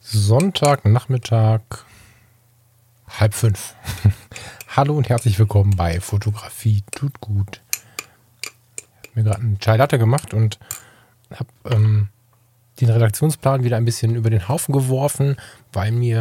Sonntagnachmittag, 4:30. Hallo und herzlich willkommen bei Fotografie tut gut. Ich habe mir gerade einen Chai Latte gemacht und habe den Redaktionsplan wieder ein bisschen über den Haufen geworfen, weil mir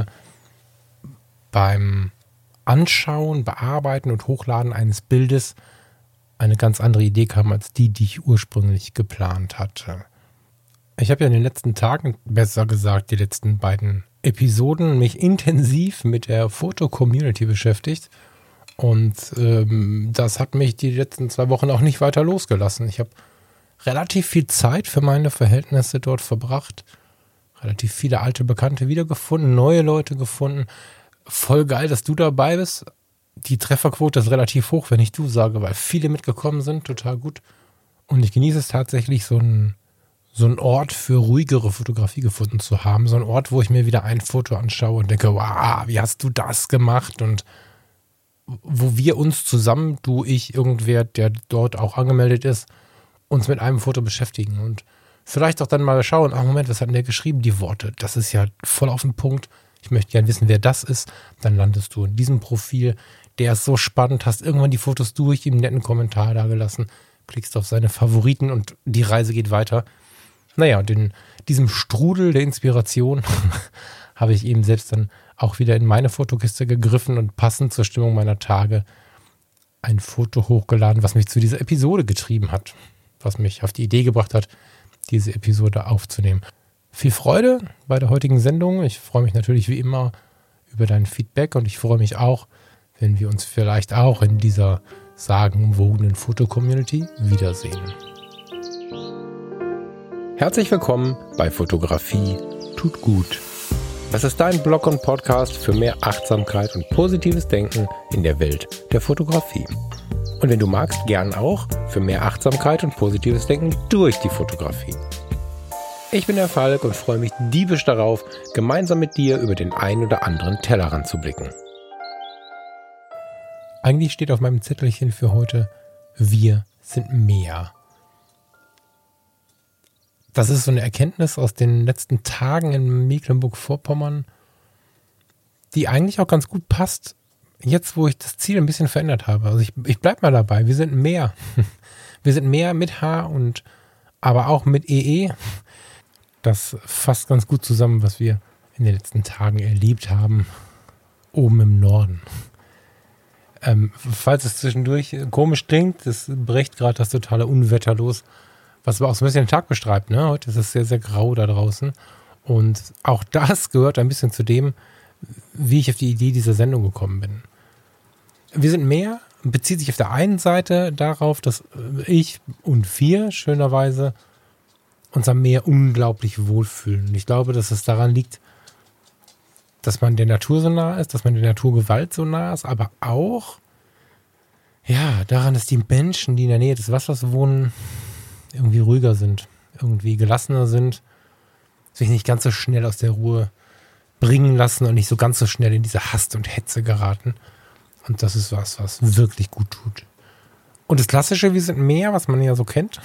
beim Anschauen, Bearbeiten und Hochladen eines Bildes eine ganz andere Idee kam als die ich ursprünglich geplant hatte. Ich habe ja in den letzten Tagen, besser gesagt die letzten beiden Episoden, mich intensiv mit der Foto-Community beschäftigt und das hat mich die letzten 2 Wochen auch nicht weiter losgelassen. Ich habe relativ viel Zeit für meine Verhältnisse dort verbracht, relativ viele alte Bekannte wiedergefunden, neue Leute gefunden. Voll geil, dass du dabei bist. Die Trefferquote ist relativ hoch, wenn ich du sage, weil viele mitgekommen sind, total gut. Und ich genieße es tatsächlich, so einen Ort für ruhigere Fotografie gefunden zu haben. So ein Ort, wo ich mir wieder ein Foto anschaue und denke, wow, wie hast du das gemacht? Und wo wir uns zusammen, du, ich, irgendwer, der dort auch angemeldet ist, uns mit einem Foto beschäftigen. Und vielleicht auch dann mal schauen, Moment, was hat denn der geschrieben, die Worte? Das ist ja voll auf den Punkt. Ich möchte gerne wissen, wer das ist. Dann landest du in diesem Profil. Der ist so spannend, hast irgendwann die Fotos durch, ihm einen netten Kommentar dagelassen, klickst auf seine Favoriten und die Reise geht weiter. Naja, und in diesem Strudel der Inspiration habe ich eben selbst dann auch wieder in meine Fotokiste gegriffen und passend zur Stimmung meiner Tage ein Foto hochgeladen, was mich zu dieser Episode getrieben hat, was mich auf die Idee gebracht hat, diese Episode aufzunehmen. Viel Freude bei der heutigen Sendung. Ich freue mich natürlich wie immer über dein Feedback und ich freue mich auch, wenn wir uns vielleicht auch in dieser sagenumwogenen Foto-Community wiedersehen. Herzlich willkommen bei Fotografie tut gut. Das ist dein Blog und Podcast für mehr Achtsamkeit und positives Denken in der Welt der Fotografie. Und wenn du magst, gern auch für mehr Achtsamkeit und positives Denken durch die Fotografie. Ich bin der Falk und freue mich diebisch darauf, gemeinsam mit dir über den einen oder anderen Tellerrand zu blicken. Eigentlich steht auf meinem Zettelchen für heute, wir sind mehr. Das ist so eine Erkenntnis aus den letzten Tagen in Mecklenburg-Vorpommern, die eigentlich auch ganz gut passt, jetzt wo ich das Ziel ein bisschen verändert habe. Also ich bleibe mal dabei, wir sind mehr. Wir sind mehr mit H und aber auch mit EE. Das fasst ganz gut zusammen, was wir in den letzten Tagen erlebt haben, oben im Norden. Falls es zwischendurch komisch klingt, es bricht gerade das totale Unwetter los, was aber auch so ein bisschen den Tag beschreibt. Ne? Heute ist es sehr, sehr grau da draußen. Und auch das gehört ein bisschen zu dem, wie ich auf die Idee dieser Sendung gekommen bin. Wir sind mehr, bezieht sich auf der einen Seite darauf, dass ich und wir schönerweise uns am Meer unglaublich wohlfühlen. Und ich glaube, dass es daran liegt, dass man der Natur so nah ist, dass man der Naturgewalt so nah ist, aber auch daran, dass die Menschen, die in der Nähe des Wassers wohnen, irgendwie ruhiger sind, irgendwie gelassener sind, sich nicht ganz so schnell aus der Ruhe bringen lassen und nicht so ganz so schnell in diese Hast und Hetze geraten. Und das ist was wirklich gut tut. Und das Klassische, wir sind mehr, was man ja so kennt,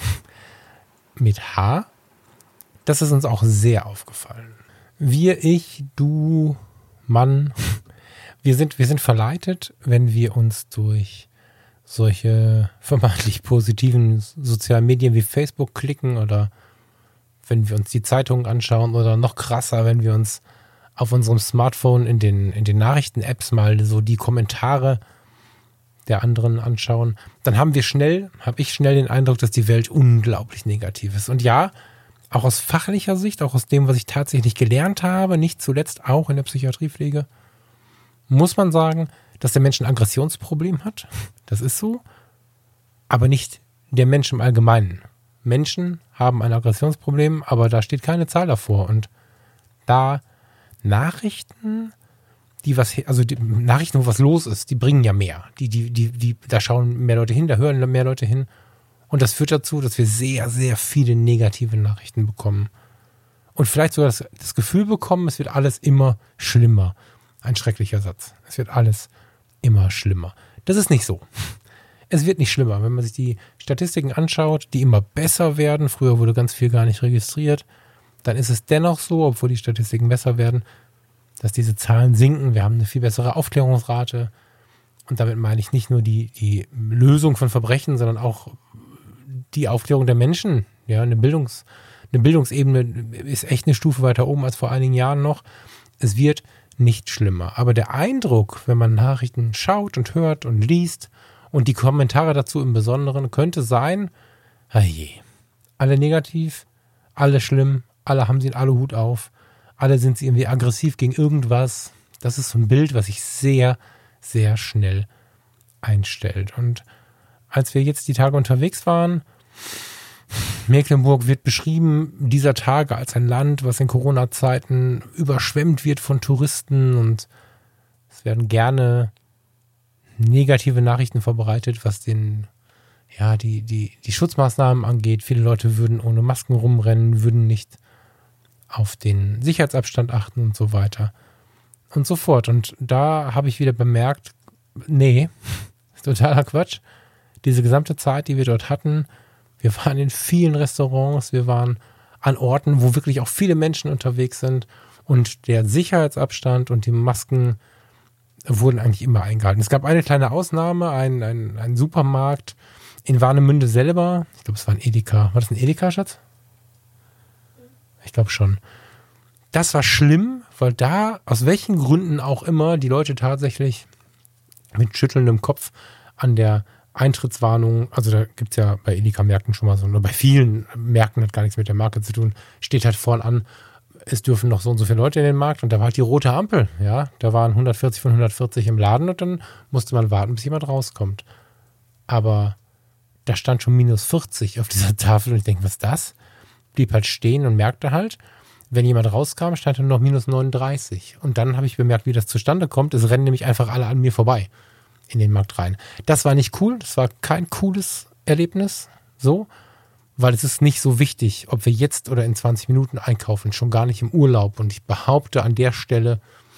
mit H, das ist uns auch sehr aufgefallen. Wir, ich, du, Mann, wir sind verleitet, wenn wir uns durch solche vermeintlich positiven sozialen Medien wie Facebook klicken oder wenn wir uns die Zeitungen anschauen oder noch krasser, wenn wir uns auf unserem Smartphone in den Nachrichten-Apps mal so die Kommentare der anderen anschauen, dann habe ich schnell den Eindruck, dass die Welt unglaublich negativ ist. Und ja, auch aus fachlicher Sicht, auch aus dem, was ich tatsächlich gelernt habe, nicht zuletzt auch in der Psychiatriepflege, muss man sagen, dass der Mensch ein Aggressionsproblem hat. Das ist so. Aber nicht der Mensch im Allgemeinen. Menschen haben ein Aggressionsproblem, aber da steht keine Zahl davor. Und da Nachrichten, die Nachrichten, wo was los ist, die bringen ja mehr. Da schauen mehr Leute hin, da hören mehr Leute hin. Und das führt dazu, dass wir sehr, sehr viele negative Nachrichten bekommen. Und vielleicht sogar das Gefühl bekommen, es wird alles immer schlimmer. Ein schrecklicher Satz. Es wird alles immer schlimmer. Das ist nicht so. Es wird nicht schlimmer. Wenn man sich die Statistiken anschaut, die immer besser werden, früher wurde ganz viel gar nicht registriert, dann ist es dennoch so, obwohl die Statistiken besser werden, dass diese Zahlen sinken. Wir haben eine viel bessere Aufklärungsrate. Und damit meine ich nicht nur die Lösung von Verbrechen, sondern auch die Aufklärung der Menschen. Ja, eine Bildungsebene ist echt eine Stufe weiter oben als vor einigen Jahren noch. Es wird nicht schlimmer. Aber der Eindruck, wenn man Nachrichten schaut und hört und liest und die Kommentare dazu im Besonderen, könnte sein, je, alle negativ, alle schlimm, alle haben sie einen Aluhut auf, alle sind sie irgendwie aggressiv gegen irgendwas. Das ist so ein Bild, was sich sehr, sehr schnell einstellt. Und als wir jetzt die Tage unterwegs waren, Mecklenburg wird beschrieben, dieser Tage als ein Land, was in Corona-Zeiten überschwemmt wird von Touristen, und es werden gerne negative Nachrichten verbreitet, was die Schutzmaßnahmen angeht. Viele Leute würden ohne Masken rumrennen, würden nicht auf den Sicherheitsabstand achten und so weiter und so fort. Und da habe ich wieder bemerkt, nee, totaler Quatsch. Diese gesamte Zeit, die wir dort hatten, wir waren in vielen Restaurants, wir waren an Orten, wo wirklich auch viele Menschen unterwegs sind, und der Sicherheitsabstand und die Masken wurden eigentlich immer eingehalten. Es gab eine kleine Ausnahme, ein Supermarkt in Warnemünde selber. Ich glaube, es war ein Edeka. War das ein Edeka, Schatz? Ich glaube schon. Das war schlimm, weil da, aus welchen Gründen auch immer, die Leute tatsächlich mit schüttelndem Kopf an der Eintrittswarnung, also da gibt es ja bei Edeka-Märkten schon mal so, oder bei vielen Märkten, hat gar nichts mit der Marke zu tun, steht halt vorn an, es dürfen noch so und so viele Leute in den Markt, und da war halt die rote Ampel, ja, da waren 140 von 140 im Laden, und dann musste man warten, bis jemand rauskommt. Aber da stand schon minus 40 auf dieser Tafel, und ich denke, was ist das? Blieb halt stehen und merkte halt, wenn jemand rauskam, stand dann noch minus 39. Und dann habe ich bemerkt, wie das zustande kommt. Es rennen nämlich einfach alle an mir vorbei in den Markt rein. Das war nicht cool, das war kein cooles Erlebnis, so, weil es ist nicht so wichtig, ob wir jetzt oder in 20 Minuten einkaufen, schon gar nicht im Urlaub. Und ich behaupte an der Stelle,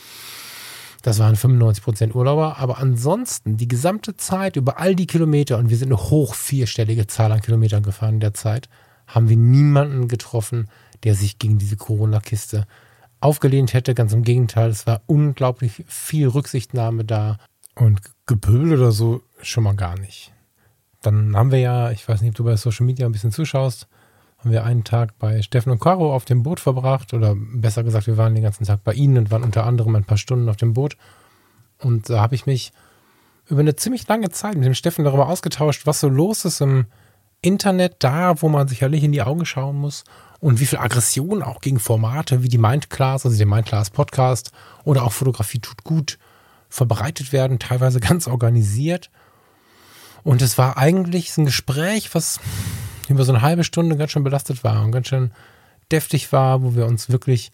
das waren 95% Urlauber, aber ansonsten die gesamte Zeit über all die Kilometer, und wir sind eine hoch vierstellige Zahl an Kilometern gefahren in der Zeit, haben wir niemanden getroffen, der sich gegen diese Corona-Kiste aufgelehnt hätte. Ganz im Gegenteil, es war unglaublich viel Rücksichtnahme da, und Gepöbel oder so schon mal gar nicht. Dann haben wir ja, ich weiß nicht, ob du bei Social Media ein bisschen zuschaust, haben wir einen Tag bei Steffen und Caro auf dem Boot verbracht, oder besser gesagt, wir waren den ganzen Tag bei ihnen und waren unter anderem ein paar Stunden auf dem Boot. Und da habe ich mich über eine ziemlich lange Zeit mit dem Steffen darüber ausgetauscht, was so los ist im Internet, da, wo man sicherlich in die Augen schauen muss, und wie viel Aggression auch gegen Formate wie die Mindclass, also den Mindclass Podcast oder auch Fotografie tut gut, verbreitet werden, teilweise ganz organisiert. Und es war eigentlich ein Gespräch, was über so eine halbe Stunde ganz schön belastet war und ganz schön deftig war, wo wir uns wirklich,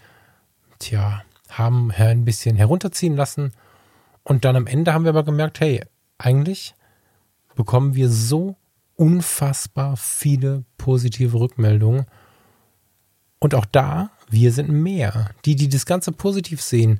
haben ein bisschen herunterziehen lassen. Und dann am Ende haben wir aber gemerkt, hey, eigentlich bekommen wir so unfassbar viele positive Rückmeldungen. Und auch da, wir sind mehr. Die das Ganze positiv sehen,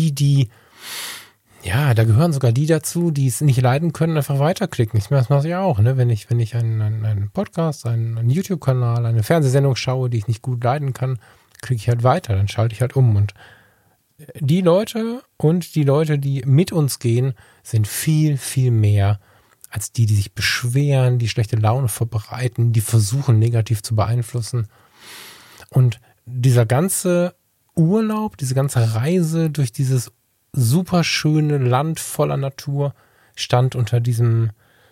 da gehören sogar die dazu, die es nicht leiden können, einfach weiterklicken. Das mache ich auch, ne? Wenn ich einen Podcast, einen YouTube-Kanal, eine Fernsehsendung schaue, die ich nicht gut leiden kann, klicke ich halt weiter, dann schalte ich halt um. Und die Leute, die mit uns gehen, sind viel, viel mehr als die sich beschweren, die schlechte Laune verbreiten, die versuchen, negativ zu beeinflussen. Und dieser ganze Urlaub, diese ganze Reise durch dieses super schöne Land voller Natur stand unter dieser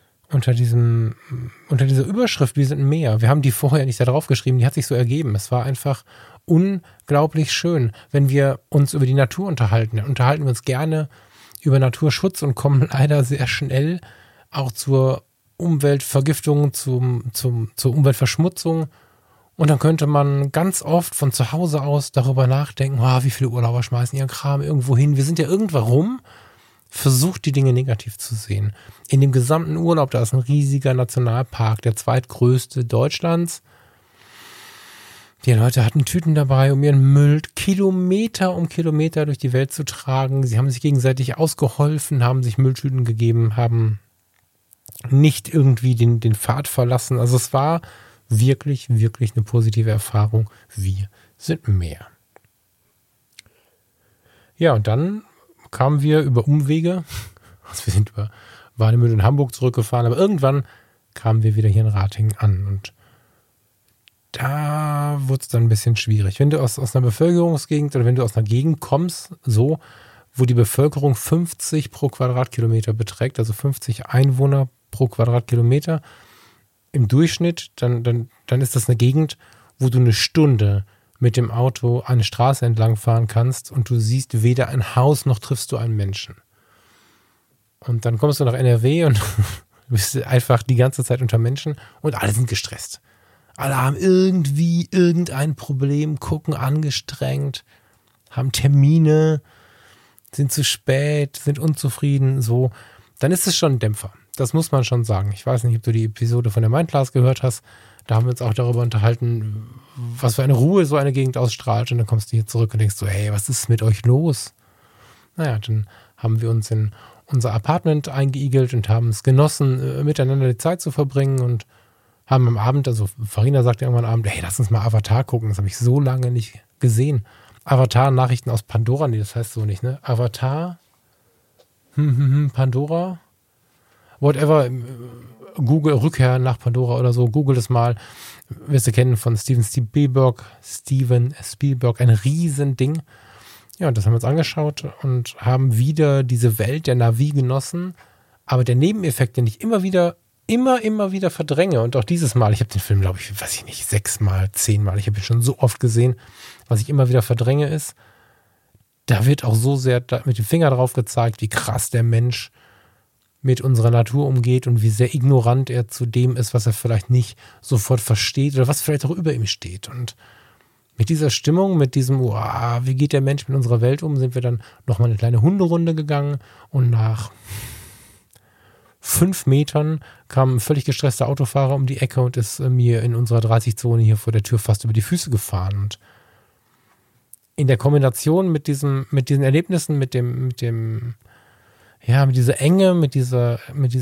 Überschrift, wir sind mehr. Wir haben die vorher nicht da drauf geschrieben, die hat sich so ergeben. Es war einfach unglaublich schön. Wenn wir uns über die Natur unterhalten, dann unterhalten wir uns gerne über Naturschutz und kommen leider sehr schnell auch zur Umweltvergiftung, zur Umweltverschmutzung. Und dann könnte man ganz oft von zu Hause aus darüber nachdenken, wie viele Urlauber schmeißen ihren Kram irgendwo hin. Wir sind ja irgendwann versucht, die Dinge negativ zu sehen. In dem gesamten Urlaub, da ist ein riesiger Nationalpark, der zweitgrößte Deutschlands. Die Leute hatten Tüten dabei, um ihren Müll Kilometer um Kilometer durch die Welt zu tragen. Sie haben sich gegenseitig ausgeholfen, haben sich Mülltüten gegeben, haben nicht irgendwie den Pfad verlassen. Also es war wirklich, wirklich eine positive Erfahrung. Wir sind mehr. Ja, und dann kamen wir über Umwege, also wir sind über Warnemünde und Hamburg zurückgefahren, aber irgendwann kamen wir wieder hier in Ratingen an und da wurde es dann ein bisschen schwierig. Wenn du aus einer Bevölkerungsgegend oder wenn du aus einer Gegend kommst, so, wo die Bevölkerung 50 pro Quadratkilometer beträgt, also 50 Einwohner pro Quadratkilometer im Durchschnitt, dann ist das eine Gegend, wo du eine Stunde mit dem Auto eine Straße entlang fahren kannst und du siehst weder ein Haus noch triffst du einen Menschen. Und dann kommst du nach NRW und bist einfach die ganze Zeit unter Menschen und alle sind gestresst. Alle haben irgendwie irgendein Problem, gucken angestrengt, haben Termine, sind zu spät, sind unzufrieden, so. Dann ist es schon ein Dämpfer. Das muss man schon sagen. Ich weiß nicht, ob du die Episode von der Mindclass gehört hast. Da haben wir uns auch darüber unterhalten, was für eine Ruhe so eine Gegend ausstrahlt. Und dann kommst du hier zurück und denkst so, hey, was ist mit euch los? Naja, dann haben wir uns in unser Apartment eingeigelt und haben es genossen, miteinander die Zeit zu verbringen und haben am Abend, also Farina sagte irgendwann am Abend, hey, lass uns mal Avatar gucken. Das habe ich so lange nicht gesehen. Avatar, Nachrichten aus Pandora, nee, das heißt so nicht, ne? Avatar, Pandora, whatever, Google, Rückkehr nach Pandora oder so, google das mal. Wirst du kennen von Steven Spielberg, ein Riesending. Ja, und das haben wir uns angeschaut und haben wieder diese Welt der Navi genossen. Aber der Nebeneffekt, den ich immer wieder verdränge und auch dieses Mal, ich habe den Film, glaube ich, 6-mal, 10-mal, ich habe ihn schon so oft gesehen, was ich immer wieder verdränge ist, da wird auch so sehr mit dem Finger drauf gezeigt, wie krass der Mensch mit unserer Natur umgeht und wie sehr ignorant er zu dem ist, was er vielleicht nicht sofort versteht oder was vielleicht auch über ihm steht. Und mit dieser Stimmung, mit diesem, wie geht der Mensch mit unserer Welt um, sind wir dann nochmal eine kleine Hunderunde gegangen und nach 5 Metern kam ein völlig gestresster Autofahrer um die Ecke und ist mir in unserer 30-Zone hier vor der Tür fast über die Füße gefahren. Und in der Kombination mit diesen Erlebnissen, mit dieser Enge, mit dieser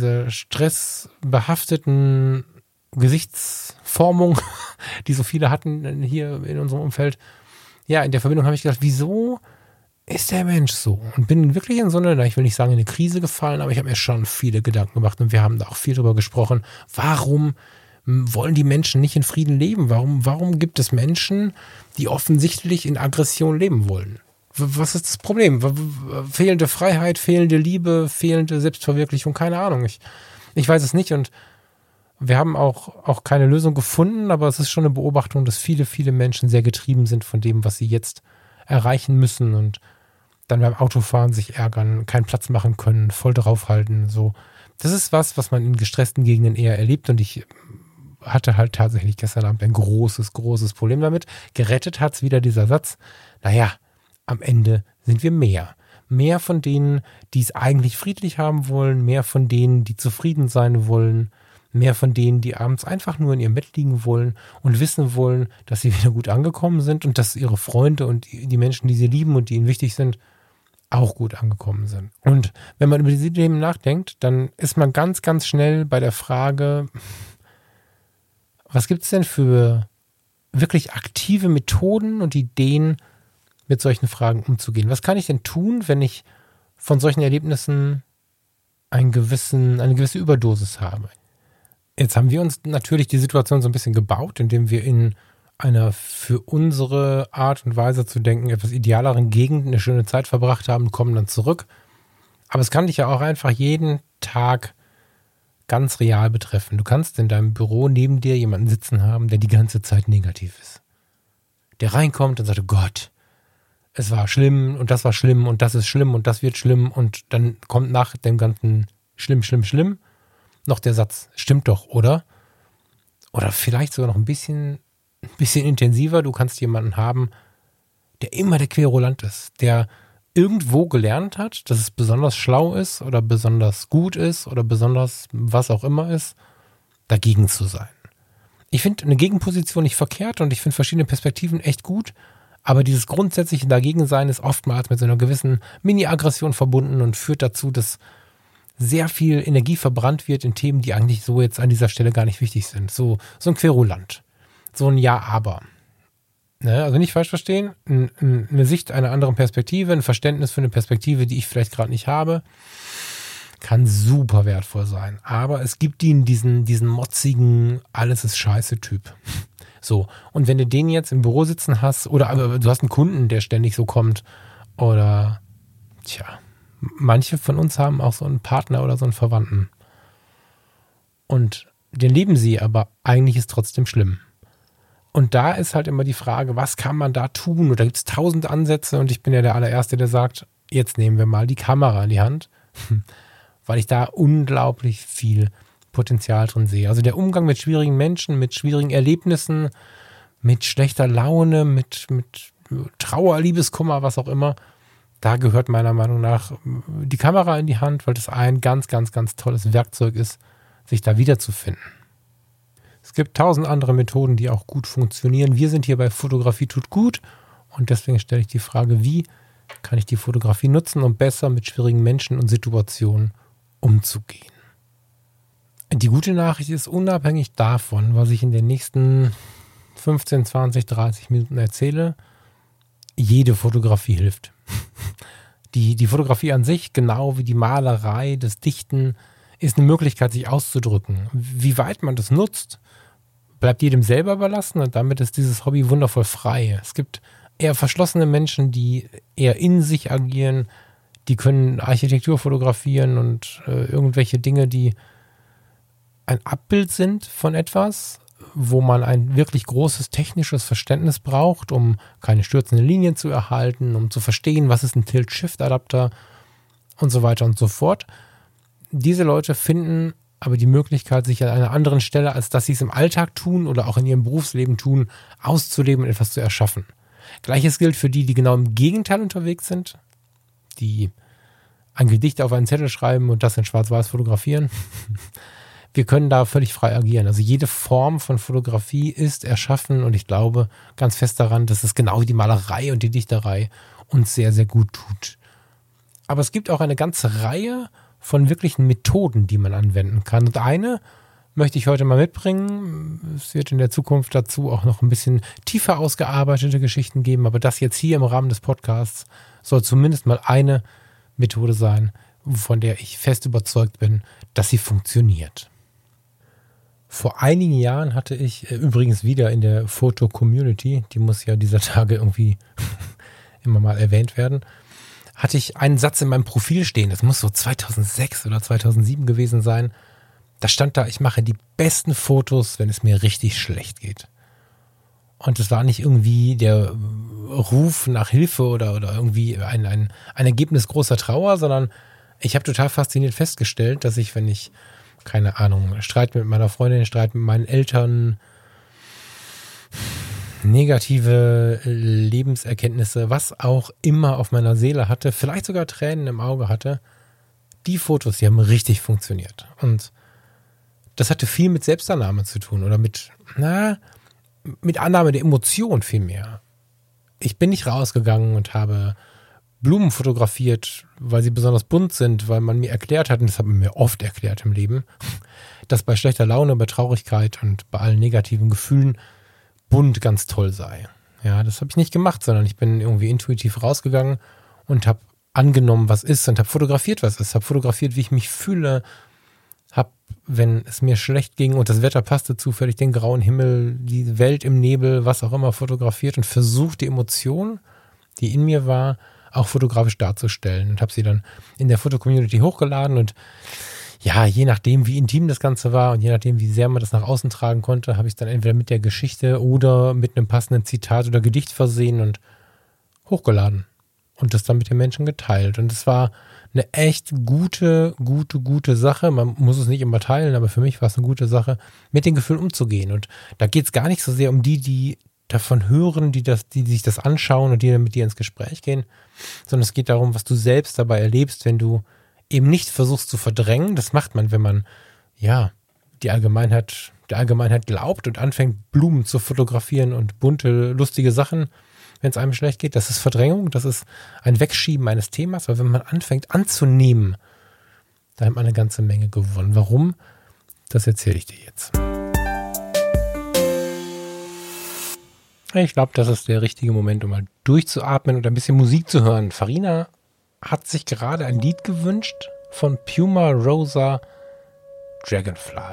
stressbehafteten Gesichtsformung, die so viele hatten hier in unserem Umfeld, ja, in der Verbindung habe ich gedacht, wieso ist der Mensch so? Und bin wirklich in so eine, ich will nicht sagen in eine Krise gefallen, aber ich habe mir schon viele Gedanken gemacht und wir haben da auch viel drüber gesprochen. Warum wollen die Menschen nicht in Frieden leben? Warum gibt es Menschen, die offensichtlich in Aggression leben wollen? Was ist das Problem? Fehlende Freiheit, fehlende Liebe, fehlende Selbstverwirklichung, keine Ahnung. Ich weiß es nicht und wir haben auch keine Lösung gefunden, aber es ist schon eine Beobachtung, dass viele, viele Menschen sehr getrieben sind von dem, was sie jetzt erreichen müssen und dann beim Autofahren sich ärgern, keinen Platz machen können, voll draufhalten. So. Das ist was man in gestressten Gegenden eher erlebt und ich hatte halt tatsächlich gestern Abend ein großes, großes Problem damit. Gerettet hat es wieder dieser Satz, naja, am Ende sind wir mehr. Mehr von denen, die es eigentlich friedlich haben wollen, mehr von denen, die zufrieden sein wollen, mehr von denen, die abends einfach nur in ihrem Bett liegen wollen und wissen wollen, dass sie wieder gut angekommen sind und dass ihre Freunde und die Menschen, die sie lieben und die ihnen wichtig sind, auch gut angekommen sind. Und wenn man über diese Themen nachdenkt, dann ist man ganz, ganz schnell bei der Frage, was gibt es denn für wirklich aktive Methoden und Ideen, mit solchen Fragen umzugehen? Was kann ich denn tun, wenn ich von solchen Erlebnissen eine gewisse Überdosis habe? Jetzt haben wir uns natürlich die Situation so ein bisschen gebaut, indem wir in einer für unsere Art und Weise zu denken etwas idealeren Gegend eine schöne Zeit verbracht haben und kommen dann zurück. Aber es kann dich ja auch einfach jeden Tag ganz real betreffen. Du kannst in deinem Büro neben dir jemanden sitzen haben, der die ganze Zeit negativ ist. Der reinkommt und sagt, oh Gott, es war schlimm und das war schlimm und das ist schlimm und das wird schlimm und dann kommt nach dem ganzen schlimm noch der Satz, stimmt doch, oder? Oder vielleicht sogar noch ein bisschen intensiver. Du kannst jemanden haben, der immer der Querulant ist, der irgendwo gelernt hat, dass es besonders schlau ist oder besonders gut ist oder besonders was auch immer ist, dagegen zu sein. Ich finde eine Gegenposition nicht verkehrt und ich finde verschiedene Perspektiven echt gut, aber dieses grundsätzliche Dagegensein ist oftmals mit so einer gewissen Mini-Aggression verbunden und führt dazu, dass sehr viel Energie verbrannt wird in Themen, die eigentlich so jetzt an dieser Stelle gar nicht wichtig sind. So ein Querulant. So ein Ja, aber. Ne? Also nicht falsch verstehen, eine Sicht einer anderen Perspektive, ein Verständnis für eine Perspektive, die ich vielleicht gerade nicht habe, kann super wertvoll sein. Aber es gibt ihn diesen motzigen, alles ist scheiße Typ. So, und wenn du den jetzt im Büro sitzen hast, oder aber du hast einen Kunden, der ständig so kommt, oder, manche von uns haben auch so einen Partner oder so einen Verwandten. Und den lieben sie, aber eigentlich ist trotzdem schlimm. Und da ist halt immer die Frage, was kann man da tun? Und da gibt es 1000 Ansätze und ich bin ja der allererste, der sagt, jetzt nehmen wir mal die Kamera in die Hand, weil ich da unglaublich viel Potenzial drin sehe. Also der Umgang mit schwierigen Menschen, mit schwierigen Erlebnissen, mit schlechter Laune, mit Trauer, Liebeskummer, was auch immer, da gehört meiner Meinung nach die Kamera in die Hand, weil das ein ganz, ganz, ganz tolles Werkzeug ist, sich da wiederzufinden. Es gibt 1000 andere Methoden, die auch gut funktionieren. Wir sind hier bei Fotografie tut gut und deswegen stelle ich die Frage, wie kann ich die Fotografie nutzen, um besser mit schwierigen Menschen und Situationen umzugehen. Die gute Nachricht ist, unabhängig davon, was ich in den nächsten 15, 20, 30 Minuten erzähle, jede Fotografie hilft. Die Fotografie an sich, genau wie die Malerei, das Dichten, ist eine Möglichkeit, sich auszudrücken. Wie weit man das nutzt, bleibt jedem selber überlassen und damit ist dieses Hobby wundervoll frei. Es gibt eher verschlossene Menschen, die eher in sich agieren, die können Architektur fotografieren und irgendwelche Dinge, die ein Abbild sind von etwas, wo man ein wirklich großes technisches Verständnis braucht, um keine stürzenden Linien zu erhalten, um zu verstehen, was ist ein Tilt-Shift-Adapter und so weiter und so fort. Diese Leute finden aber die Möglichkeit, sich an einer anderen Stelle, als dass sie es im Alltag tun oder auch in ihrem Berufsleben tun, auszuleben und etwas zu erschaffen. Gleiches gilt für die, die genau im Gegenteil unterwegs sind, die ein Gedicht auf einen Zettel schreiben und das in Schwarz-Weiß fotografieren. Wir können da völlig frei agieren. Also jede Form von Fotografie ist erschaffen und ich glaube ganz fest daran, dass es genau wie die Malerei und die Dichterei uns sehr, sehr gut tut. Aber es gibt auch eine ganze Reihe von wirklichen Methoden, die man anwenden kann. Und eine möchte ich heute mal mitbringen. Es wird in der Zukunft dazu auch noch ein bisschen tiefer ausgearbeitete Geschichten geben, aber das jetzt hier im Rahmen des Podcasts soll zumindest mal eine Methode sein, von der ich fest überzeugt bin, dass sie funktioniert. Vor einigen Jahren hatte ich übrigens wieder in der Foto-Community, die muss ja dieser Tage irgendwie immer mal erwähnt werden, hatte ich einen Satz in meinem Profil stehen, das muss so 2006 oder 2007 gewesen sein. Da stand da, ich mache die besten Fotos, wenn es mir richtig schlecht geht. Und es war nicht irgendwie der Ruf nach Hilfe oder irgendwie ein Ergebnis großer Trauer, sondern ich habe total fasziniert festgestellt, dass ich, wenn ich, keine Ahnung, Streit mit meiner Freundin, Streit mit meinen Eltern, negative Lebenserkenntnisse, was auch immer auf meiner Seele hatte, vielleicht sogar Tränen im Auge hatte, die Fotos, die haben richtig funktioniert. Und das hatte viel mit Selbstannahme zu tun oder mit Annahme der Emotion vielmehr. Ich bin nicht rausgegangen und habe Blumen fotografiert, weil sie besonders bunt sind, weil man mir erklärt hat, und das hat man mir oft erklärt im Leben, dass bei schlechter Laune, bei Traurigkeit und bei allen negativen Gefühlen bunt ganz toll sei. Ja, das habe ich nicht gemacht, sondern ich bin irgendwie intuitiv rausgegangen und habe angenommen, was ist und habe fotografiert, was ist. Habe fotografiert, wie ich mich fühle, habe, wenn es mir schlecht ging und das Wetter passte zufällig, den grauen Himmel, die Welt im Nebel, was auch immer, fotografiert und versucht, die Emotion, die in mir war, auch fotografisch darzustellen und habe sie dann in der Foto-Community hochgeladen und ja, je nachdem, wie intim das Ganze war und je nachdem, wie sehr man das nach außen tragen konnte, habe ich es dann entweder mit der Geschichte oder mit einem passenden Zitat oder Gedicht versehen und hochgeladen und das dann mit den Menschen geteilt. Und es war eine echt gute Sache. Man muss es nicht immer teilen, aber für mich war es eine gute Sache, mit den Gefühlen umzugehen. Und da geht es gar nicht so sehr um die davon hören, die sich das anschauen und die dann mit dir ins Gespräch gehen, sondern es geht darum, was du selbst dabei erlebst, wenn du eben nicht versuchst zu verdrängen. Das macht man, wenn man der Allgemeinheit glaubt und anfängt, Blumen zu fotografieren und bunte, lustige Sachen, wenn es einem schlecht geht. Das ist Verdrängung, das ist ein Wegschieben eines Themas. Aber wenn man anfängt anzunehmen, da hat man eine ganze Menge gewonnen. Warum? Das erzähle ich dir jetzt. Ich glaube, das ist der richtige Moment, um mal durchzuatmen und ein bisschen Musik zu hören. Farina hat sich gerade ein Lied gewünscht von Puma Rosa, Dragonfly.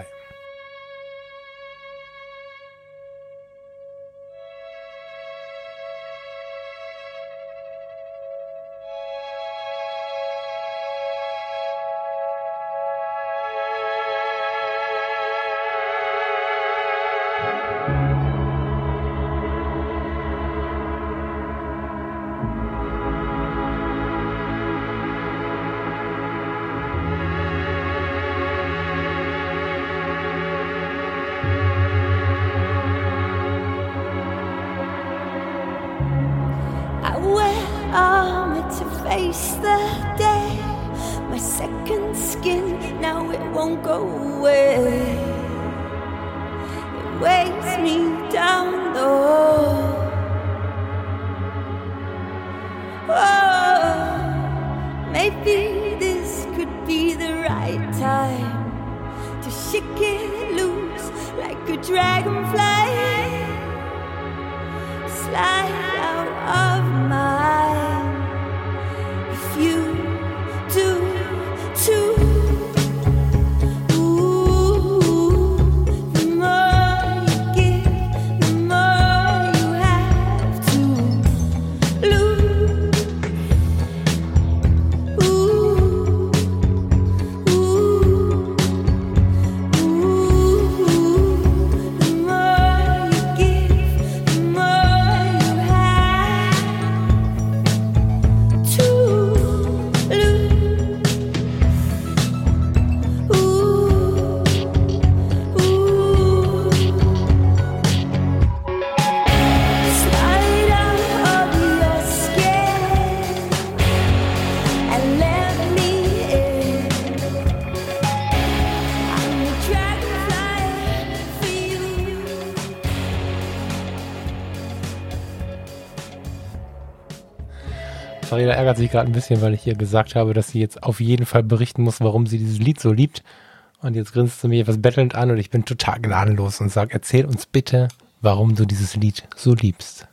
Farina ärgert sich gerade ein bisschen, weil ich ihr gesagt habe, dass sie jetzt auf jeden Fall berichten muss, warum sie dieses Lied so liebt. Und jetzt grinst sie mich etwas bettelnd an und ich bin total gnadenlos und sage, erzähl uns bitte, warum du dieses Lied so liebst.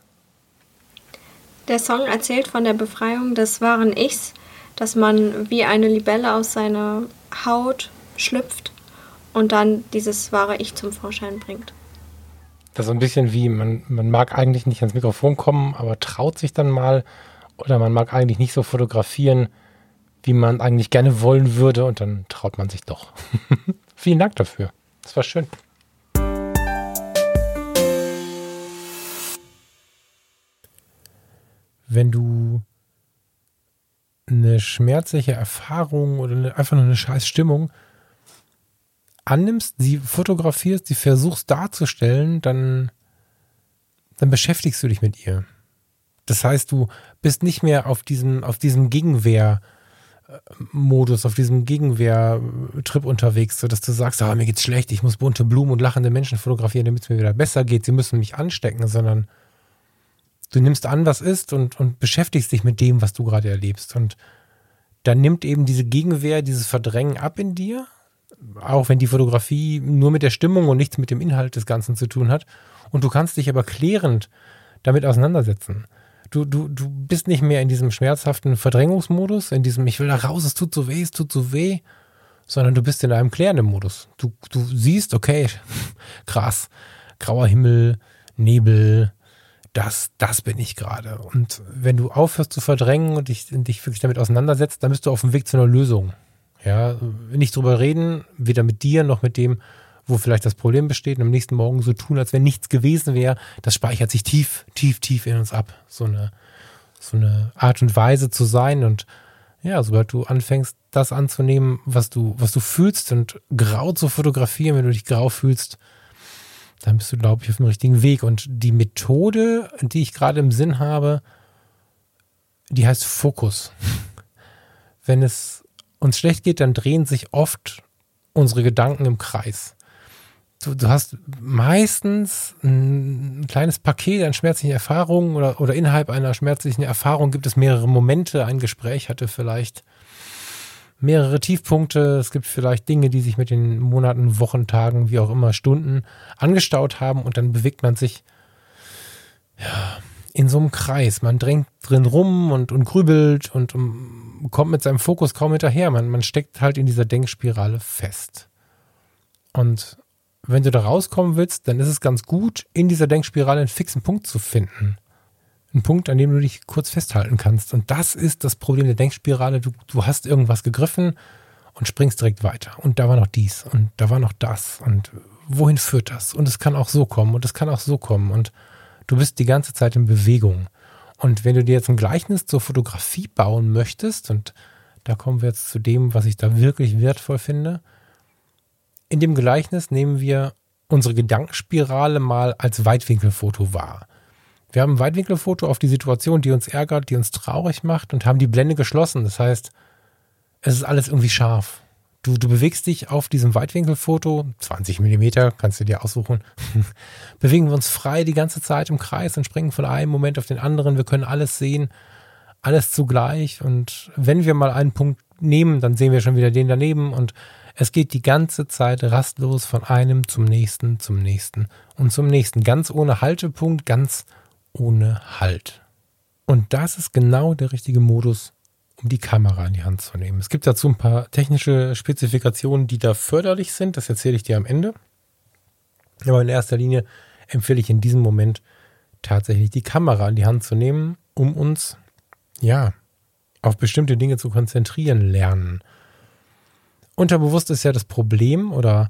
Der Song erzählt von der Befreiung des wahren Ichs, dass man wie eine Libelle aus seiner Haut schlüpft und dann dieses wahre Ich zum Vorschein bringt. Das ist so ein bisschen wie, man mag eigentlich nicht ans Mikrofon kommen, aber traut sich dann mal. Oder man mag eigentlich nicht so fotografieren, wie man eigentlich gerne wollen würde und dann traut man sich doch. Vielen Dank dafür. Das war schön. Wenn du eine schmerzliche Erfahrung oder einfach nur eine scheiß Stimmung annimmst, sie fotografierst, sie versuchst darzustellen, dann beschäftigst du dich mit ihr. Das heißt, du bist nicht mehr auf diesem Gegenwehr-Modus, auf diesem Gegenwehr-Trip unterwegs, sodass du sagst, mir geht's schlecht, ich muss bunte Blumen und lachende Menschen fotografieren, damit es mir wieder besser geht, sie müssen mich anstecken, sondern du nimmst an, was ist und beschäftigst dich mit dem, was du gerade erlebst. Und dann nimmt eben diese Gegenwehr, dieses Verdrängen ab in dir, auch wenn die Fotografie nur mit der Stimmung und nichts mit dem Inhalt des Ganzen zu tun hat. Und du kannst dich aber klärend damit auseinandersetzen. Du bist nicht mehr in diesem schmerzhaften Verdrängungsmodus, in diesem ich will da raus, es tut so weh, sondern du bist in einem klärenden Modus. Du siehst, okay, krass, grauer Himmel, Nebel, das bin ich gerade. Und wenn du aufhörst zu verdrängen und dich wirklich damit auseinandersetzt, dann bist du auf dem Weg zu einer Lösung. Ja, nicht drüber reden, weder mit dir noch mit dem, wo vielleicht das Problem besteht, und am nächsten Morgen so tun, als wenn nichts gewesen wäre, das speichert sich tief, tief, tief in uns ab. So eine Art und Weise zu sein. Und ja, sobald du anfängst, das anzunehmen, was du fühlst und grau zu fotografieren, wenn du dich grau fühlst, dann bist du, glaube ich, auf dem richtigen Weg. Und die Methode, die ich gerade im Sinn habe, die heißt Fokus. Wenn es uns schlecht geht, dann drehen sich oft unsere Gedanken im Kreis. Du hast meistens ein kleines Paket an schmerzlichen Erfahrungen oder innerhalb einer schmerzlichen Erfahrung gibt es mehrere Momente. Ein Gespräch hatte vielleicht mehrere Tiefpunkte. Es gibt vielleicht Dinge, die sich mit den Monaten, Wochen, Tagen, wie auch immer, Stunden angestaut haben und dann bewegt man sich in so einem Kreis. Man drängt drin rum und grübelt und kommt mit seinem Fokus kaum hinterher. Man steckt halt in dieser Denkspirale fest. Und wenn du da rauskommen willst, dann ist es ganz gut, in dieser Denkspirale einen fixen Punkt zu finden. Ein Punkt, an dem du dich kurz festhalten kannst. Und das ist das Problem der Denkspirale. Du hast irgendwas gegriffen und springst direkt weiter. Und da war noch dies und da war noch das. Und wohin führt das? Und es kann auch so kommen und es kann auch so kommen. Und du bist die ganze Zeit in Bewegung. Und wenn du dir jetzt ein Gleichnis zur Fotografie bauen möchtest, und da kommen wir jetzt zu dem, was ich da wirklich wertvoll finde, in dem Gleichnis nehmen wir unsere Gedankenspirale mal als Weitwinkelfoto wahr. Wir haben ein Weitwinkelfoto auf die Situation, die uns ärgert, die uns traurig macht und haben die Blende geschlossen. Das heißt, es ist alles irgendwie scharf. Du bewegst dich auf diesem Weitwinkelfoto, 20 mm, kannst du dir aussuchen, bewegen wir uns frei die ganze Zeit im Kreis und springen von einem Moment auf den anderen. Wir können alles sehen, alles zugleich. Und wenn wir mal einen Punkt nehmen, dann sehen wir schon wieder den daneben. Und es geht die ganze Zeit rastlos von einem zum nächsten und zum nächsten. Ganz ohne Haltepunkt, ganz ohne Halt. Und das ist genau der richtige Modus, um die Kamera in die Hand zu nehmen. Es gibt dazu ein paar technische Spezifikationen, die da förderlich sind. Das erzähle ich dir am Ende. Aber in erster Linie empfehle ich in diesem Moment tatsächlich die Kamera in die Hand zu nehmen, um uns auf bestimmte Dinge zu konzentrieren lernen. Unterbewusst ist ja das Problem, oder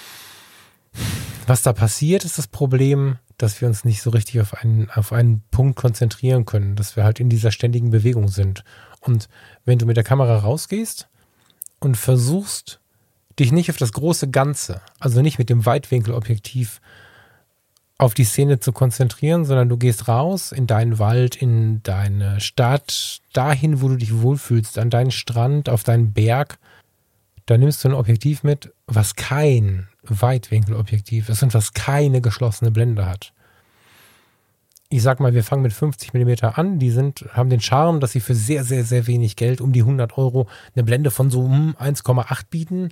was da passiert, ist das Problem, dass wir uns nicht so richtig auf einen Punkt konzentrieren können, dass wir halt in dieser ständigen Bewegung sind. Und wenn du mit der Kamera rausgehst und versuchst, dich nicht auf das große Ganze, also nicht mit dem Weitwinkelobjektiv auf die Szene zu konzentrieren, sondern du gehst raus in deinen Wald, in deine Stadt, dahin, wo du dich wohlfühlst, an deinen Strand, auf deinen Berg, da nimmst du ein Objektiv mit, was kein Weitwinkelobjektiv ist und was keine geschlossene Blende hat. Ich sag mal, wir fangen mit 50 mm an, haben den Charme, dass sie für sehr, sehr, sehr wenig Geld, um die 100 € eine Blende von so 1,8 bieten.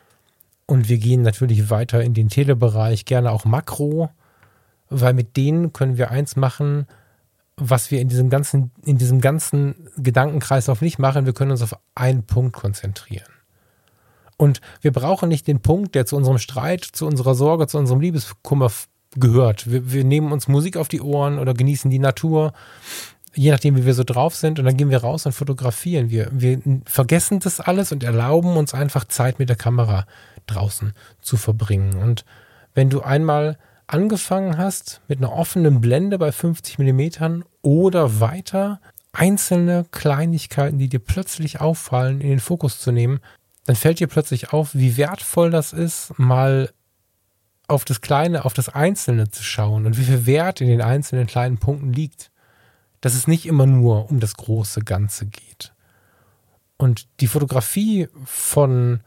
Und wir gehen natürlich weiter in den Telebereich, gerne auch Makro, weil mit denen können wir eins machen, was wir in diesem ganzen Gedankenkreislauf nicht machen. Wir können uns auf einen Punkt konzentrieren. Und wir brauchen nicht den Punkt, der zu unserem Streit, zu unserer Sorge, zu unserem Liebeskummer gehört. Wir nehmen uns Musik auf die Ohren oder genießen die Natur, je nachdem, wie wir so drauf sind. Und dann gehen wir raus und fotografieren. Wir vergessen das alles und erlauben uns einfach Zeit mit der Kamera draußen zu verbringen. Und wenn du einmal angefangen hast mit einer offenen Blende bei 50 mm oder weiter, einzelne Kleinigkeiten, die dir plötzlich auffallen, in den Fokus zu nehmen, dann fällt dir plötzlich auf, wie wertvoll das ist, mal auf das Kleine, auf das Einzelne zu schauen und wie viel Wert in den einzelnen kleinen Punkten liegt. Dass es nicht immer nur um das große Ganze geht. Und die Fotografie von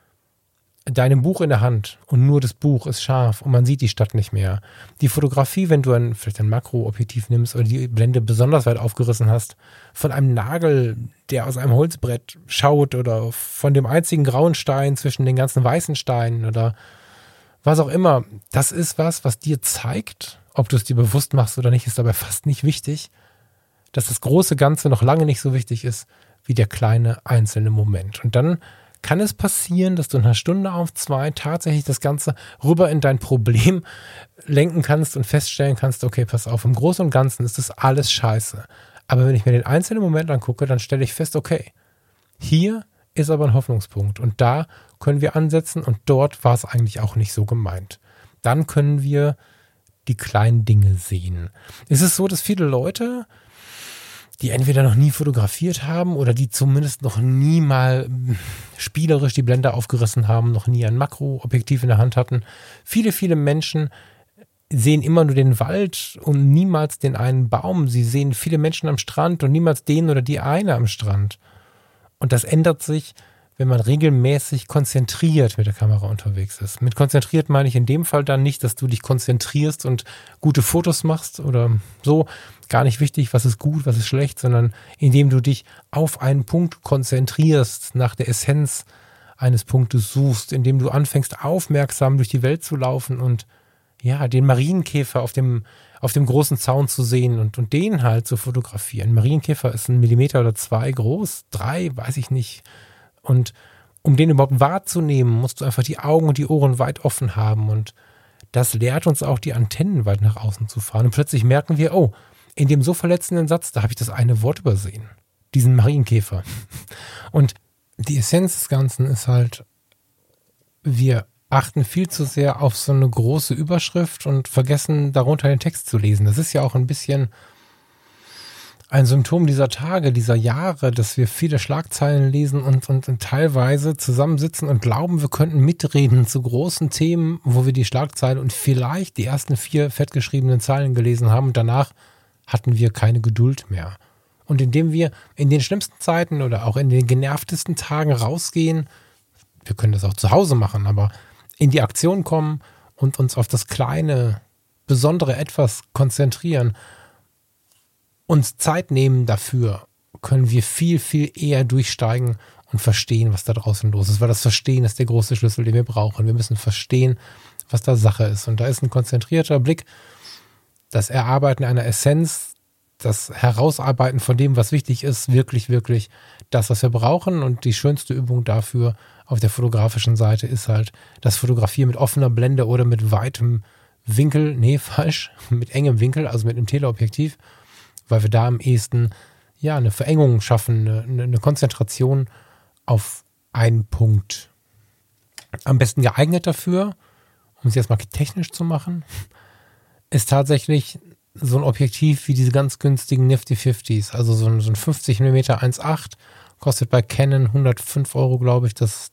deinem Buch in der Hand und nur das Buch ist scharf und man sieht die Stadt nicht mehr. Die Fotografie, wenn du vielleicht ein Makroobjektiv nimmst oder die Blende besonders weit aufgerissen hast, von einem Nagel, der aus einem Holzbrett schaut oder von dem einzigen grauen Stein zwischen den ganzen weißen Steinen oder was auch immer, das ist was dir zeigt, ob du es dir bewusst machst oder nicht, ist dabei fast nicht wichtig, dass das große Ganze noch lange nicht so wichtig ist wie der kleine einzelne Moment. Und dann kann es passieren, dass du in einer Stunde auf 2 tatsächlich das Ganze rüber in dein Problem lenken kannst und feststellen kannst, okay, pass auf, im Großen und Ganzen ist das alles scheiße. Aber wenn ich mir den einzelnen Moment angucke, dann stelle ich fest, okay, hier ist aber ein Hoffnungspunkt und da können wir ansetzen und dort war es eigentlich auch nicht so gemeint. Dann können wir die kleinen Dinge sehen. Es ist so, dass viele Leute, die entweder noch nie fotografiert haben oder die zumindest noch nie mal spielerisch die Blende aufgerissen haben, noch nie ein Makroobjektiv in der Hand hatten. Viele, viele Menschen sehen immer nur den Wald und niemals den einen Baum. Sie sehen viele Menschen am Strand und niemals den oder die eine am Strand. Und das ändert sich, wenn man regelmäßig konzentriert mit der Kamera unterwegs ist. Mit konzentriert meine ich in dem Fall dann nicht, dass du dich konzentrierst und gute Fotos machst oder so. Gar nicht wichtig, was ist gut, was ist schlecht, sondern indem du dich auf einen Punkt konzentrierst, nach der Essenz eines Punktes suchst, indem du anfängst, aufmerksam durch die Welt zu laufen und ja, den Marienkäfer auf dem auf dem großen Zaun zu sehen und den halt zu fotografieren. Ein Marienkäfer ist 1 Millimeter oder 2 groß, 3, weiß ich nicht. Und um den überhaupt wahrzunehmen, musst du einfach die Augen und die Ohren weit offen haben. Und das lehrt uns auch, die Antennen weit nach außen zu fahren. Und plötzlich merken wir, oh, in dem so verletzenden Satz, da habe ich das eine Wort übersehen. Diesen Marienkäfer. Und die Essenz des Ganzen ist halt, wir achten viel zu sehr auf so eine große Überschrift und vergessen darunter den Text zu lesen. Das ist ja auch ein bisschen ein Symptom dieser Tage, dieser Jahre, dass wir viele Schlagzeilen lesen und teilweise zusammensitzen und glauben, wir könnten mitreden zu großen Themen, wo wir die Schlagzeile und vielleicht die ersten 4 fettgeschriebenen Zeilen gelesen haben und danach hatten wir keine Geduld mehr. Und indem wir in den schlimmsten Zeiten oder auch in den genervtesten Tagen rausgehen, wir können das auch zu Hause machen, aber in die Aktion kommen und uns auf das kleine, besondere Etwas konzentrieren, uns Zeit nehmen dafür, können wir viel, viel eher durchsteigen und verstehen, was da draußen los ist. Weil das Verstehen ist der große Schlüssel, den wir brauchen. Wir müssen verstehen, was da Sache ist. Und da ist ein konzentrierter Blick, das Erarbeiten einer Essenz, das Herausarbeiten von dem, was wichtig ist, wirklich, wirklich das, was wir brauchen. Und die schönste Übung dafür auf der fotografischen Seite ist halt das Fotografieren mit offener Blende oder mit weitem Winkel, mit engem Winkel, also mit einem Teleobjektiv, weil wir da am ehesten eine Verengung schaffen, eine Konzentration auf einen Punkt. Am besten geeignet dafür, um es jetzt mal technisch zu machen, ist tatsächlich so ein Objektiv wie diese ganz günstigen Nifty 50s, also so ein 50 mm 1.8, kostet bei Canon 105 Euro, glaube ich, das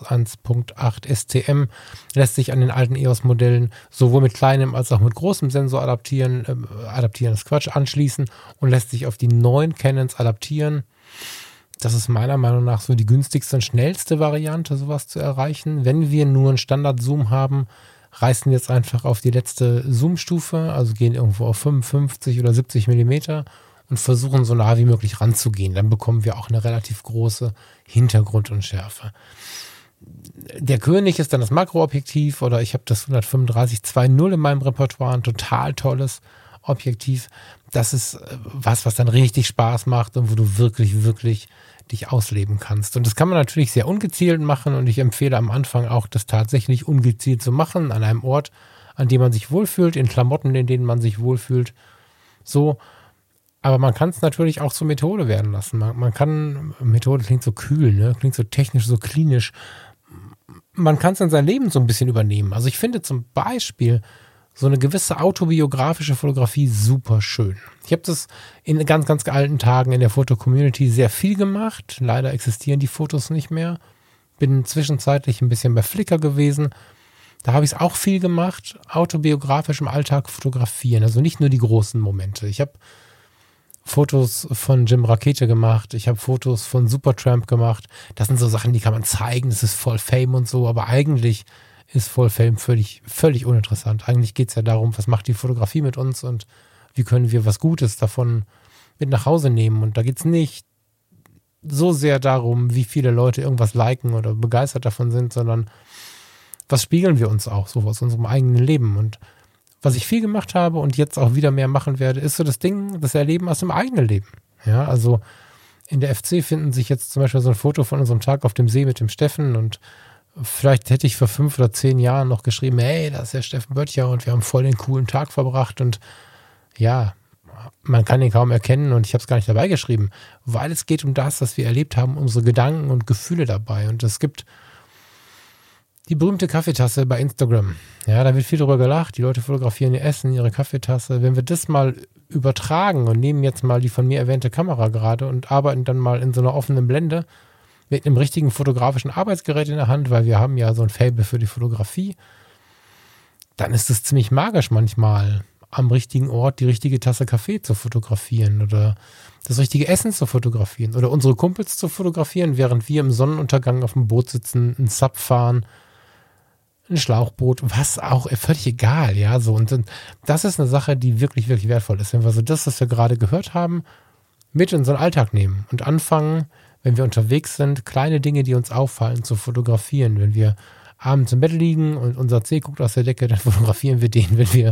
1.8 STM, lässt sich an den alten EOS-Modellen sowohl mit kleinem als auch mit großem Sensor anschließen und lässt sich auf die neuen Canons adaptieren. Das ist meiner Meinung nach so die günstigste und schnellste Variante, sowas zu erreichen. Wenn wir nur einen Standard-Zoom haben, reißen wir jetzt einfach auf die letzte Zoom-Stufe, also gehen irgendwo auf 55 oder 70 Millimeter und versuchen so nah wie möglich ranzugehen. Dann bekommen wir auch eine relativ große Hintergrundunschärfe. Der König ist dann das Makroobjektiv oder ich habe das 135-2.0 in meinem Repertoire, ein total tolles Objektiv. Das ist was dann richtig Spaß macht und wo du wirklich, wirklich dich ausleben kannst. Und das kann man natürlich sehr ungezielt machen und ich empfehle am Anfang auch, das tatsächlich ungezielt zu machen, an einem Ort, an dem man sich wohlfühlt, in Klamotten, in denen man sich wohlfühlt. So. Aber man kann es natürlich auch zur Methode werden lassen. Man kann, Methode klingt so kühl, ne? Klingt so technisch, so klinisch. Man kann es in sein Leben so ein bisschen übernehmen. Also ich finde zum Beispiel so eine gewisse autobiografische Fotografie super schön. Ich habe das in ganz, ganz alten Tagen in der Foto-Community sehr viel gemacht. Leider existieren die Fotos nicht mehr. Bin zwischenzeitlich ein bisschen bei Flickr gewesen. Da habe ich es auch viel gemacht. Autobiografisch im Alltag fotografieren. Also nicht nur die großen Momente. Ich habe Fotos von Jim Rakete gemacht. Ich habe Fotos von Supertramp gemacht. Das sind so Sachen, die kann man zeigen. Das ist voll Fame und so. Aber eigentlich ist voll Fame völlig uninteressant. Eigentlich geht es ja darum, was macht die Fotografie mit uns und wie können wir was Gutes davon mit nach Hause nehmen. Und da geht es nicht so sehr darum, wie viele Leute irgendwas liken oder begeistert davon sind, sondern was spiegeln wir uns auch so aus unserem eigenen Leben. Und was ich viel gemacht habe und jetzt auch wieder mehr machen werde, ist so das Erleben aus dem eigenen Leben. Ja, also in der FC finden sich jetzt zum Beispiel so ein Foto von unserem Tag auf dem See mit dem Steffen und vielleicht hätte ich vor 5 oder 10 Jahren noch geschrieben, hey, das ist der Steffen Böttcher und wir haben voll den coolen Tag verbracht und ja, man kann ihn kaum erkennen und ich habe es gar nicht dabei geschrieben, weil es geht um das, was wir erlebt haben, unsere Gedanken und Gefühle dabei und es gibt die berühmte Kaffeetasse bei Instagram. Ja, da wird viel drüber gelacht, die Leute fotografieren ihr Essen, ihre Kaffeetasse. Wenn wir das mal übertragen und nehmen jetzt mal die von mir erwähnte Kamera gerade und arbeiten dann mal in so einer offenen Blende mit einem richtigen fotografischen Arbeitsgerät in der Hand, weil wir haben ja so ein Faible für die Fotografie, dann ist es ziemlich magisch manchmal, am richtigen Ort die richtige Tasse Kaffee zu fotografieren oder das richtige Essen zu fotografieren oder unsere Kumpels zu fotografieren, während wir im Sonnenuntergang auf dem Boot sitzen, einen Sub fahren, ein Schlauchboot, was auch, völlig egal, ja, so. Und das ist eine Sache, die wirklich, wirklich wertvoll ist, wenn wir so das, was wir gerade gehört haben, mit in unseren Alltag nehmen und anfangen, wenn wir unterwegs sind, kleine Dinge, die uns auffallen, zu fotografieren. Wenn wir abends im Bett liegen und unser Zeh guckt aus der Decke, dann fotografieren wir den. Wenn wir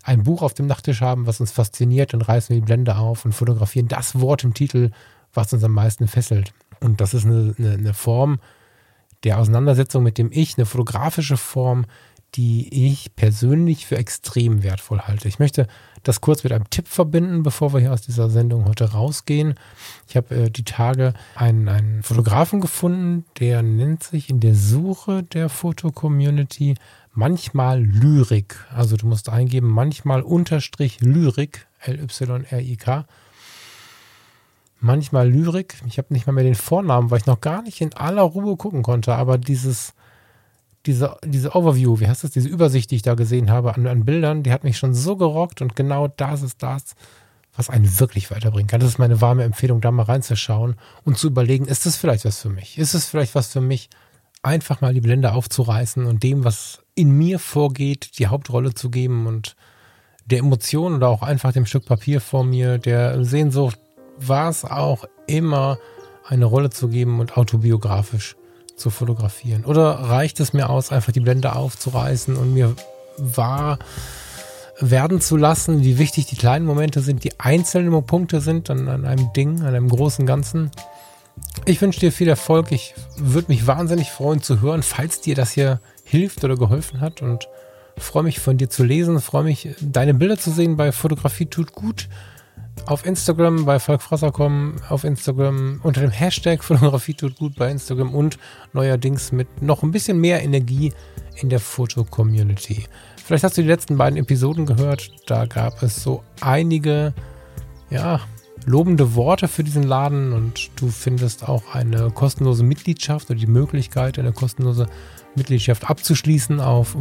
ein Buch auf dem Nachttisch haben, was uns fasziniert, dann reißen wir die Blende auf und fotografieren das Wort im Titel, was uns am meisten fesselt. Und das ist eine Form der Auseinandersetzung mit dem Ich, eine fotografische Form, die ich persönlich für extrem wertvoll halte. Ich möchte das kurz mit einem Tipp verbinden, bevor wir hier aus dieser Sendung heute rausgehen. Ich habe die Tage einen Fotografen gefunden, der nennt sich in der Suche der Foto-Community manchmal Lyrik. Also du musst eingeben manchmal _ Lyrik, Lyrik. Manchmal Lyrik. Ich habe nicht mal mehr den Vornamen, weil ich noch gar nicht in aller Ruhe gucken konnte, aber diese Overview, wie heißt das, diese Übersicht, die ich da gesehen habe an Bildern, die hat mich schon so gerockt und genau das ist das, was einen wirklich weiterbringen kann. Das ist meine warme Empfehlung, da mal reinzuschauen und zu überlegen, ist das vielleicht was für mich? Ist es vielleicht was für mich, einfach mal die Blende aufzureißen und dem, was in mir vorgeht, die Hauptrolle zu geben und der Emotion oder auch einfach dem Stück Papier vor mir, der Sehnsucht, was auch immer, eine Rolle zu geben und autobiografisch zu fotografieren? Oder reicht es mir aus, einfach die Blende aufzureißen und mir wahr werden zu lassen, wie wichtig die kleinen Momente sind, die einzelnen Punkte sind an einem Ding, an einem großen Ganzen? Ich wünsche dir viel Erfolg. Ich würde mich wahnsinnig freuen zu hören, falls dir das hier hilft oder geholfen hat, und freue mich von dir zu lesen, freue mich, deine Bilder zu sehen bei Fotografie tut gut. Auf Instagram bei falkfrasser.com, auf Instagram unter dem Hashtag Fotografie tut gut bei Instagram und neuerdings mit noch ein bisschen mehr Energie in der Foto-Community. Vielleicht hast du die letzten beiden Episoden gehört, da gab es so einige, lobende Worte für diesen Laden und du findest auch eine kostenlose Mitgliedschaft oder die Möglichkeit, eine kostenlose Mitgliedschaft abzuschließen auf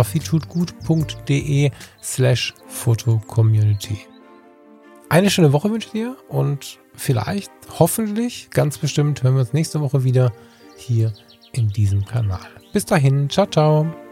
fotografietutgut.de/Foto-Community. Eine schöne Woche wünsche ich dir und vielleicht, hoffentlich, ganz bestimmt hören wir uns nächste Woche wieder hier in diesem Kanal. Bis dahin, ciao, ciao.